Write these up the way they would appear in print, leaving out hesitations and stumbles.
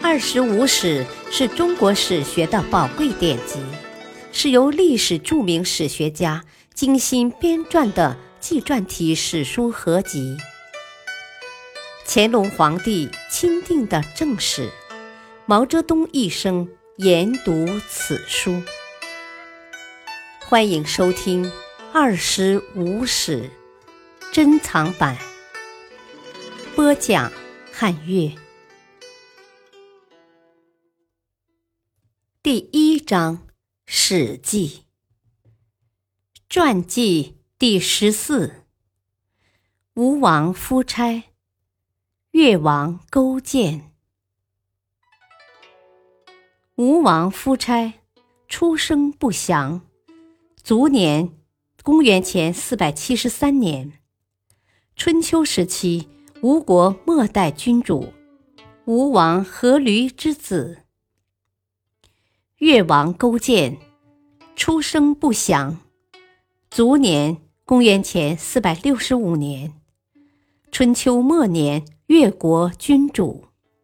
25史是中国史学的宝贵典籍，是由历史著名史学家精心编撰的纪传体史书合集。乾隆皇帝钦定的正史，毛泽东一生研读此书。欢迎收听25史珍藏版，播讲汉乐。第1章，史记传记第14。吴王夫差，越王勾践。吴王夫差出生不详，卒年公元前473年，春秋时期吴国末代君主吴王阖闾之子。越王勾践出生不详，卒年公元前465年，春秋末年越国君主。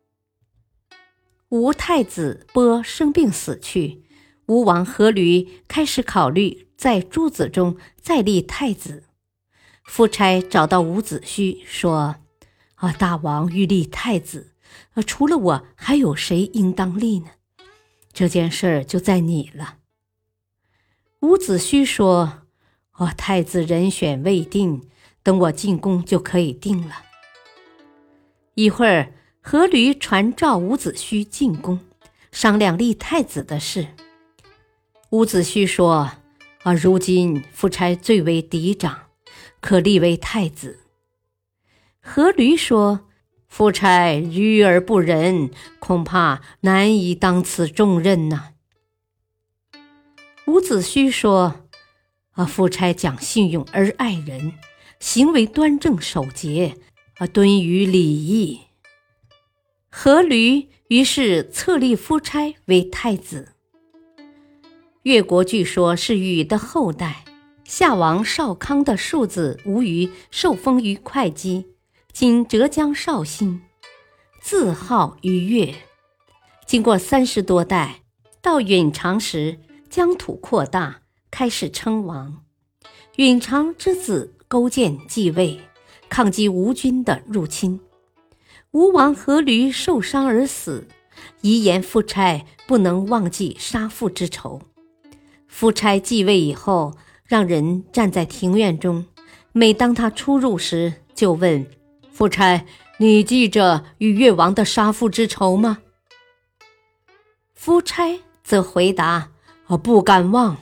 吴太子波生病死去，吴王阖闾开始考虑在诸子中再立太子。夫差找到伍子胥说：大王欲立太子，除了我还有谁应当立呢？这件事就在你了。伍子胥说：太子人选未定，等我进宫就可以定了。一会儿，阖闾传召伍子胥进宫，商量立太子的事。伍子胥说：如今夫差最为嫡长，可立为太子。阖闾说：夫差愚而不仁，恐怕难以当此重任呢。伍子胥说：夫差讲信用而爱人，行为端正守节，敦于礼义。阖闾于是册立夫差为太子。越国据说是禹的后代，夏王少康的庶子吴虞受封于会稽，今浙江绍兴，自号于越。经过30多代，到允常时，疆土扩大，开始称王。允常之子勾践继位，抗击吴军的入侵。吴王阖闾受伤而死，遗言夫差不能忘记杀父之仇。夫差继位以后，让人站在庭院中，每当他出入时，就问夫差：你记着与越王的杀父之仇吗？夫差则回答：不敢忘。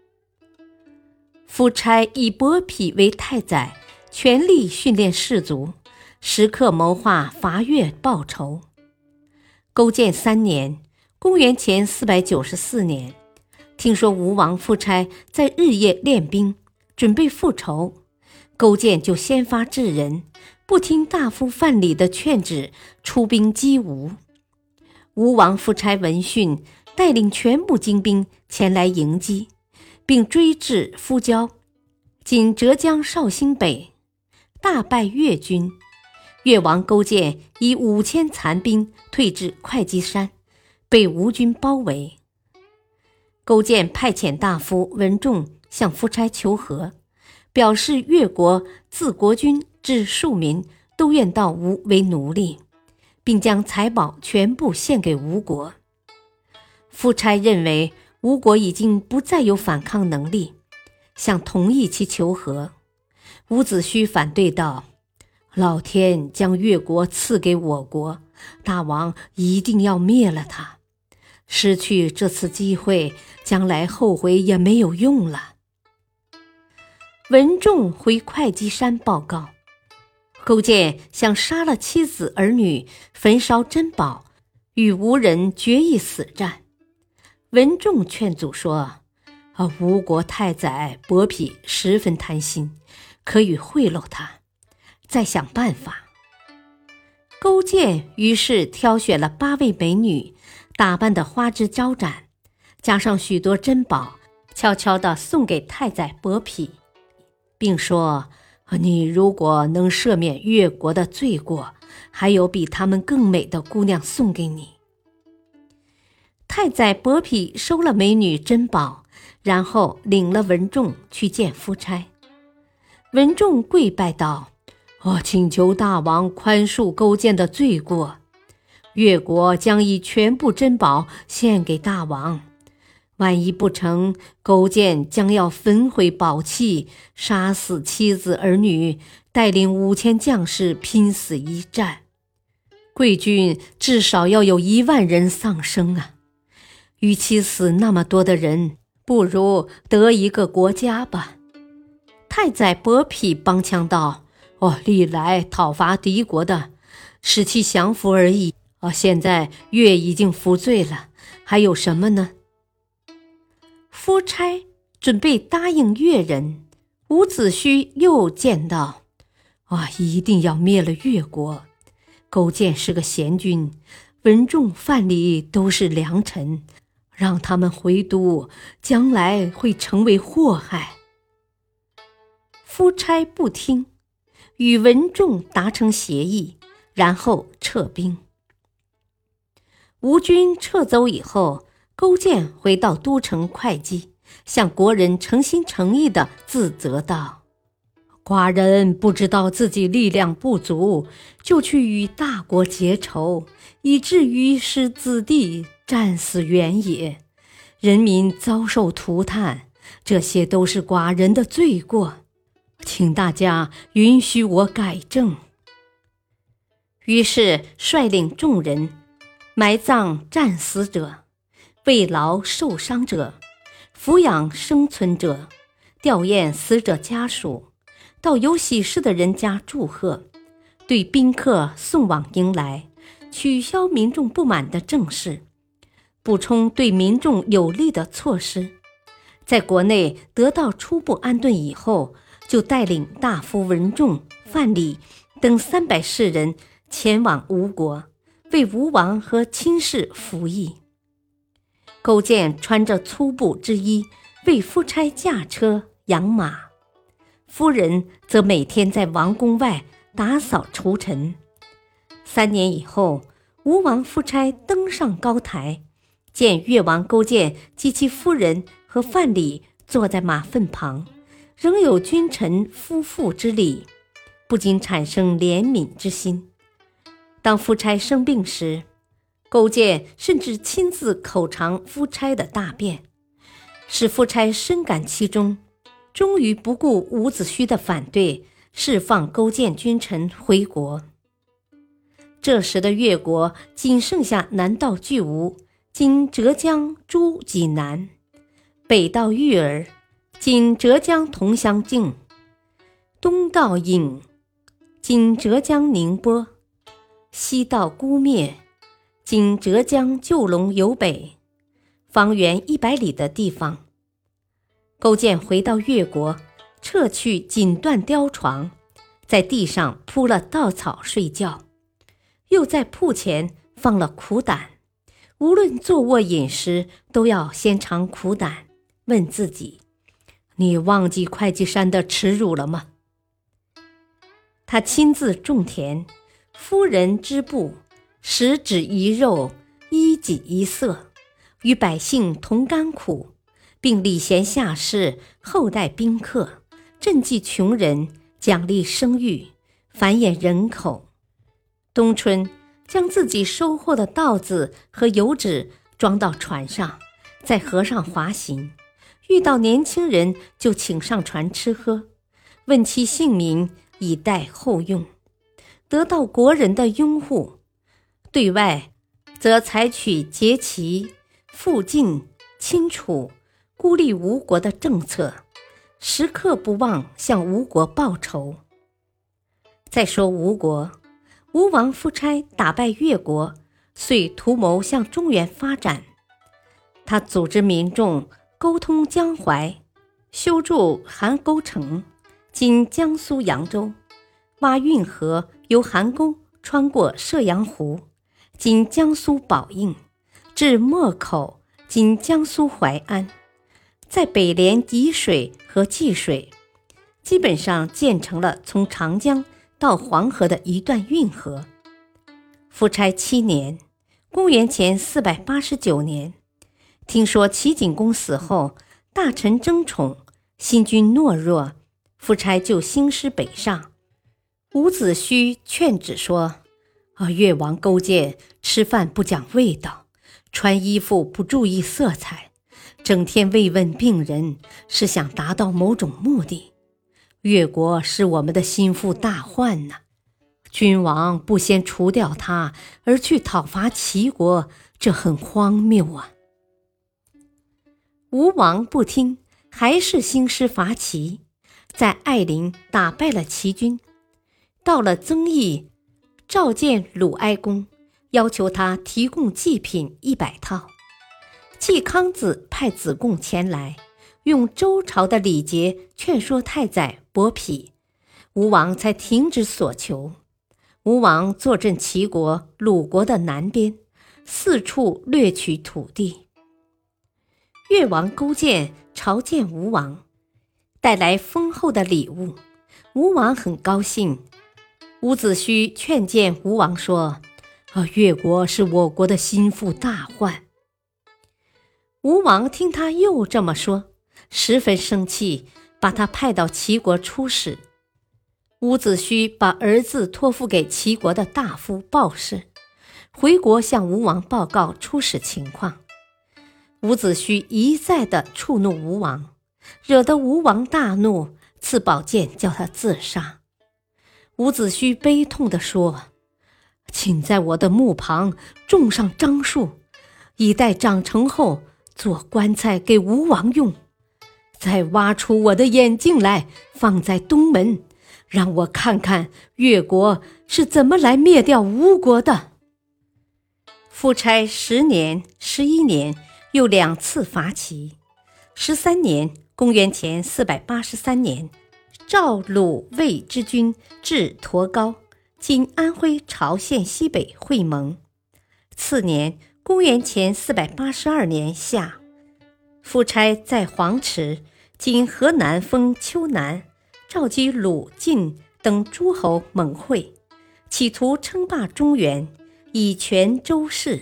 夫差以伯嚭为太宰，全力训练士卒，时刻谋划伐越报仇。勾践3年，公元前494年，听说吴王夫差在日夜练兵，准备复仇，勾践就先发制人，不听大夫范蠡的劝旨，出兵击吴。吴王夫差闻讯，带领全部精兵前来迎击，并追至夫交，今浙江绍兴北，大败越军。越王勾践以5000残兵退至会稽山，被吴军包围。勾践派遣大夫文仲向夫差求和，表示越国自国君至庶民都愿到吴为奴隶，并将财宝全部献给吴国。夫差认为吴国已经不再有反抗能力，想同意其求和。伍子胥反对道：老天将越国赐给我国，大王一定要灭了他，失去这次机会，将来后悔也没有用了。文仲回会稽山报告，勾践想杀了妻子儿女，焚烧珍宝，与吴人决一死战。文仲劝阻说：吴国太宰伯嚭十分贪心，可以贿赂他，再想办法。勾践于是挑选了8位美女，打扮得花枝招展，加上许多珍宝，悄悄地送给太宰伯嚭，并说：你如果能赦免越国的罪过，还有比他们更美的姑娘送给你。 太宰伯嚭收了美女珍宝，然后领了文仲去见夫差。文仲跪拜道：请求大王宽恕勾践的罪过，越国将以全部珍宝献给大王。万一不成，勾践将要焚毁宝器，杀死妻子儿女，带领5000将士拼死一战。贵军至少要有1万人丧生啊！与其死那么多的人，不如得一个国家吧。太宰伯嚭帮腔道：历来讨伐敌国的，使其降服而已。现在越已经服罪了，还有什么呢？夫差准备答应越人，伍子胥又见到：一定要灭了越国。勾践是个贤君，文仲、范蠡都是良臣，让他们回都，将来会成为祸害。夫差不听，与文仲达成协议，然后撤兵。吴军撤走以后，勾践回到都城会稽，向国人诚心诚意地自责道：寡人不知道自己力量不足，就去与大国结仇，以至于使子弟战死原野，人民遭受涂炭，这些都是寡人的罪过，请大家允许我改正。于是率领众人埋葬战死者，慰劳受伤者，抚养生存者，吊唁死者家属，到有喜事的人家祝贺，对宾客送往迎来，取消民众不满的政事，补充对民众有利的措施。在国内得到初步安顿以后，就带领大夫文仲、范蠡等300士人前往吴国，为吴王和亲事服役。勾践穿着粗布之衣，为夫差驾车养马，夫人则每天在王宫外打扫除尘。3年以后，吴王夫差登上高台，见越王勾践及其夫人和范蠡坐在马粪旁，仍有君臣夫妇之礼，不禁产生怜悯之心。当夫差生病时，勾践甚至亲自口尝夫差的大便，使夫差深感其中，终于不顾伍子胥的反对，释放勾践君臣回国。这时的越国仅剩下南到巨吴，今浙江诸济南，北到玉儿，今浙江桐乡境，东到郢，今浙江宁波，西到姑灭，今浙江就龙由北，方圆100里的地方。勾践回到越国，撤去锦缎貂床，在地上铺了稻草睡觉，又在铺前放了苦胆，无论坐卧饮食都要先尝苦胆，问自己：你忘记会稽山的耻辱了吗？他亲自种田，夫人织布，食指一肉，衣锦一色，与百姓同甘苦，并礼贤下士，厚待宾客，赈济穷人，奖励生育，繁衍人口。冬春将自己收获的稻子和油脂装到船上，在河上滑行，遇到年轻人就请上船吃喝，问其姓名以待后用，得到国人的拥护。对外则采取结齐、附晋、亲楚、孤立吴国的政策，时刻不忘向吴国报仇。再说吴国，吴王夫差打败越国，遂图谋向中原发展。他组织民众沟通江淮，修筑邗沟城，今江苏扬州，挖运河由邗沟穿过射阳湖，今江苏宝应，至莫口，今江苏淮安，在北连沂水和济水，基本上建成了从长江到黄河的一段运河。夫差7年， 公元前489年，听说齐景公死后，大臣争宠，新君懦弱，夫差就兴师北上。伍子胥劝止说：越王勾践吃饭不讲味道，穿衣服不注意色彩，整天慰问病人，是想达到某种目的。越国是我们的心腹大患呐，君王不先除掉他，而去讨伐齐国，这很荒谬啊。吴王不听，还是兴师伐齐，在艾陵打败了齐军。到了曾邑，召见鲁哀公，要求他提供祭品100套。季康子派子贡前来，用周朝的礼节劝说太宰伯嚭，吴王才停止所求。吴王坐镇齐国、鲁国的南边，四处掠取土地。越王勾践朝见吴王，带来丰厚的礼物，吴王很高兴。伍子胥劝谏吴王说：越国是我国的心腹大患。吴王听他又这么说，十分生气，把他派到齐国出使。伍子胥把儿子托付给齐国的大夫鲍氏，回国向吴王报告出使情况。伍子胥一再地触怒吴王，惹得吴王大怒，赐宝剑叫他自杀。伍子胥悲痛地说：请在我的墓旁种上樟树，以待长成后做棺材给吴王用。再挖出我的眼镜来，放在东门，让我看看越国是怎么来灭掉吴国的。夫差10年、11年又2次伐齐。13年，公元前483年，赵、鲁、魏之军至沱高，今安徽巢县西北会盟。次年，公元前482年夏，夫差在黄池，今河南封丘南，召集鲁、晋等诸侯盟会，企图称霸中原，以权周氏。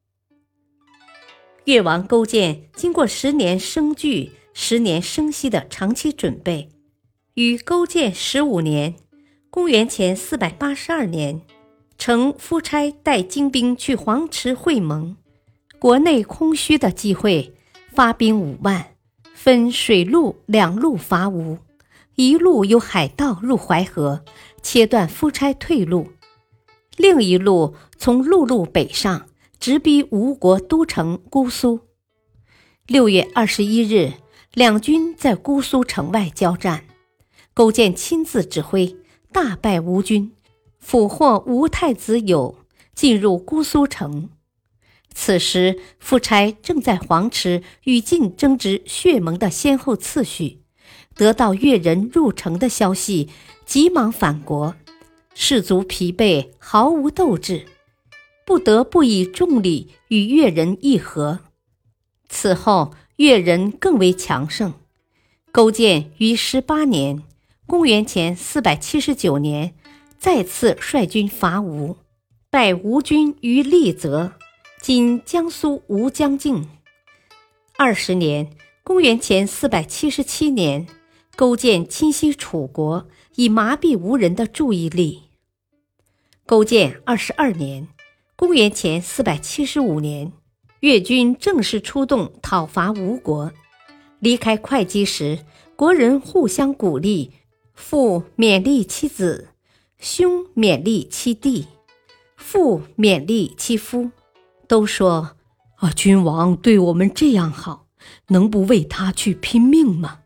越王勾践经过10年生聚、10年生息的长期准备，于勾践15年，公元前482年，乘夫差带精兵去黄池会盟，国内空虚的机会，发兵5万，分水陆2路伐吴，一路由海盗入淮河，切断夫差退路；另一路从陆路北上，直逼吴国都城姑苏。6月21日，两军在姑苏城外交战，勾践亲自指挥，大败吴军，俘获吴太子友，进入姑苏城。此时夫差正在黄池与晋争执血盟的先后次序，得到越人入城的消息，急忙返国，士卒疲惫，毫无斗志，不得不以重礼与越人议和。此后越人更为强盛。勾践于18年，公元前479年，再次率军伐吴，败吴军于利泽，今江苏吴江境。20年，公元前477年，勾践侵袭楚国，以麻痹吴人的注意力。勾践22年，公元前475年，越军正式出动讨伐吴国。离开会稽时，国人互相鼓励，父勉励其子，兄勉励其弟，父勉励其夫，都说君王对我们这样好，能不为他去拼命吗？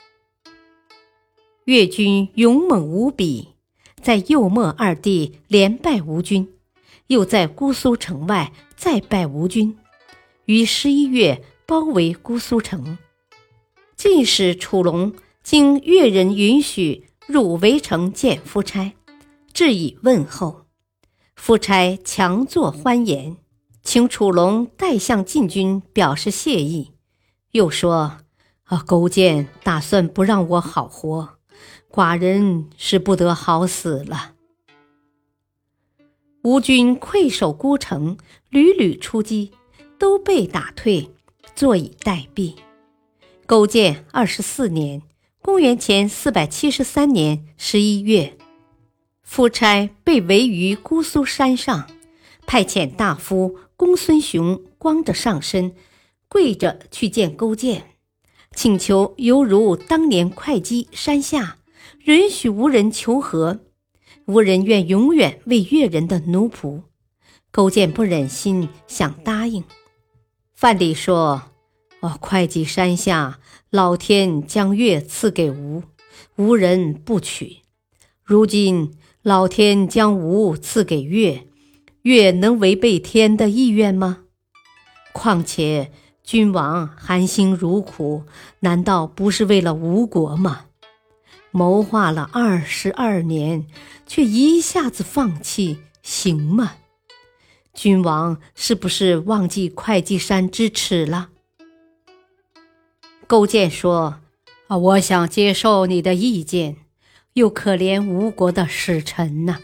越军勇猛无比，在右墨二地连败吴军，又在姑苏城外再败吴军，于11月包围姑苏城。晋使楚龙经越人允许入围城见夫差，致以问候。夫差强作欢颜，请楚龙代向晋军表示谢意，又说勾践打算不让我好活，寡人是不得好死了。 吴军溃守孤城，屡屡出击，都被打退，坐以待毙。勾践24年，公元前473年11月，夫差被围于姑苏山上，派遣大夫公孙雄光着上身，跪着去见勾践，请求犹如当年会稽山下，允许吴人求和，吴人愿永远为越人的奴仆。勾践不忍心，想答应。范蠡说：会稽山下，老天将越赐给吴，吴人不取。如今老天将吴赐给越，越能违背天的意愿吗？况且君王含辛茹苦，难道不是为了吴国吗？谋划了22年，却一下子放弃，行吗？君王是不是忘记会稽山之耻了？勾践说：我想接受你的意见，又可怜吴国的使臣呢。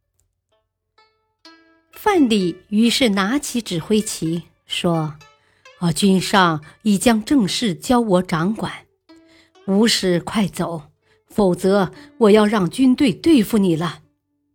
范蠡于是拿起指挥旗说：君上已将政事交我掌管，吴使快走，否则我要让军队对付你了。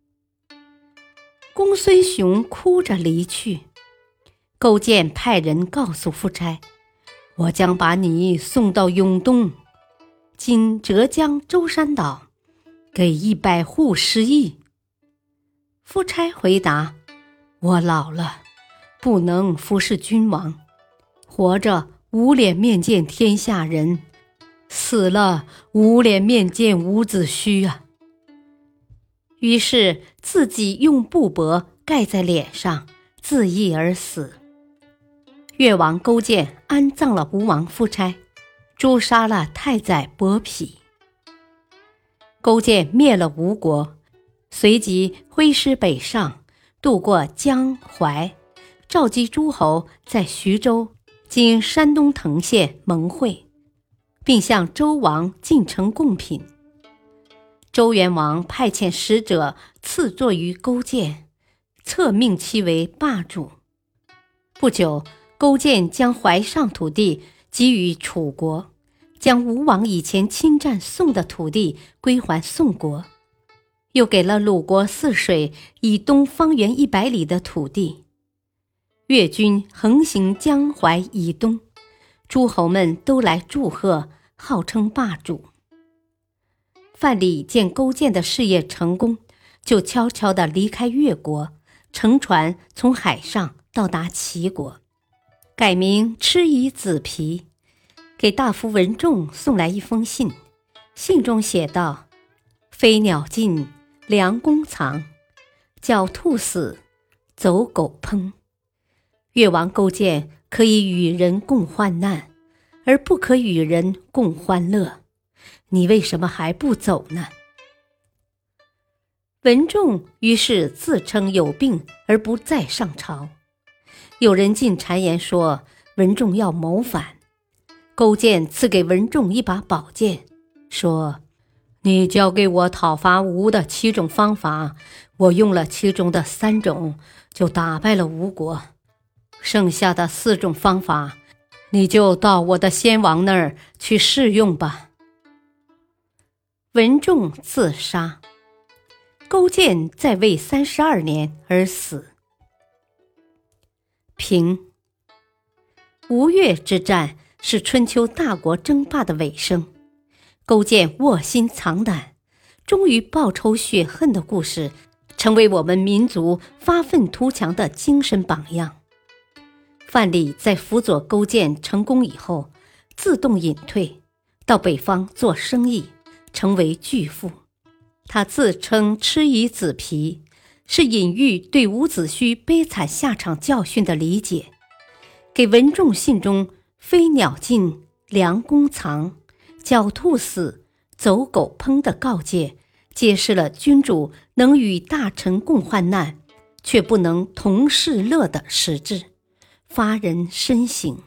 公孙雄哭着离去。勾践派人告诉夫差：我将把你送到永东，今浙江舟山岛，给100户食邑。夫差回答：我老了，不能服侍君王，活着无脸面见天下人，死了无脸面见伍子胥啊。于是自己用布帛盖在脸上，自缢而死。越王勾践安葬了吴王夫差，诛杀了太宰伯嚭。勾践灭了吴国，随即挥师北上，渡过江淮，召集诸侯在徐州（今山东滕县）盟会，并向周王进呈贡品。周元王派遣使者赐座于勾践，册命其为霸主。不久，勾践将淮上土地给予楚国，将吴王以前侵占宋的土地归还宋国，又给了鲁国泗水以东方圆100里的土地。越军横行江淮以东，诸侯们都来祝贺，号称霸主。范蠡见勾践的事业成功，就悄悄地离开越国，乘船从海上到达齐国，改名吃夷子皮，给大夫文仲送来一封信。信中写道：飞鸟尽，良弓藏，狡兔死，走狗烹。越王勾践可以与人共患难，而不可与人共欢乐，你为什么还不走呢？文仲于是自称有病而不再上朝。有人进谗言说文仲要谋反，勾践赐给文仲一把宝剑，说：你教给我讨伐吴的7种方法，我用了其中的3种，就打败了吴国，剩下的4种方法，你就到我的先王那儿去试用吧。文仲自杀，勾践在位32年而死。平。吴越之战是春秋大国争霸的尾声，勾践卧薪尝胆，终于报仇雪恨的故事，成为我们民族发愤图强的精神榜样。范蠡在辅佐勾践成功以后，自动隐退，到北方做生意，成为巨富。他自称吃夷子皮，是隐喻对伍子胥悲惨下场教训的理解。给文仲信中飞鸟尽，良弓藏，狡兔死，走狗烹的告诫，揭示了君主能与大臣共患难，却不能同世乐的实质，发人深省。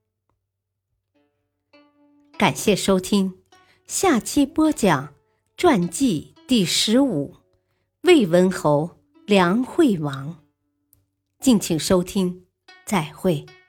感谢收听，下期播讲传记第15，魏文侯梁惠王。敬请收听，再会。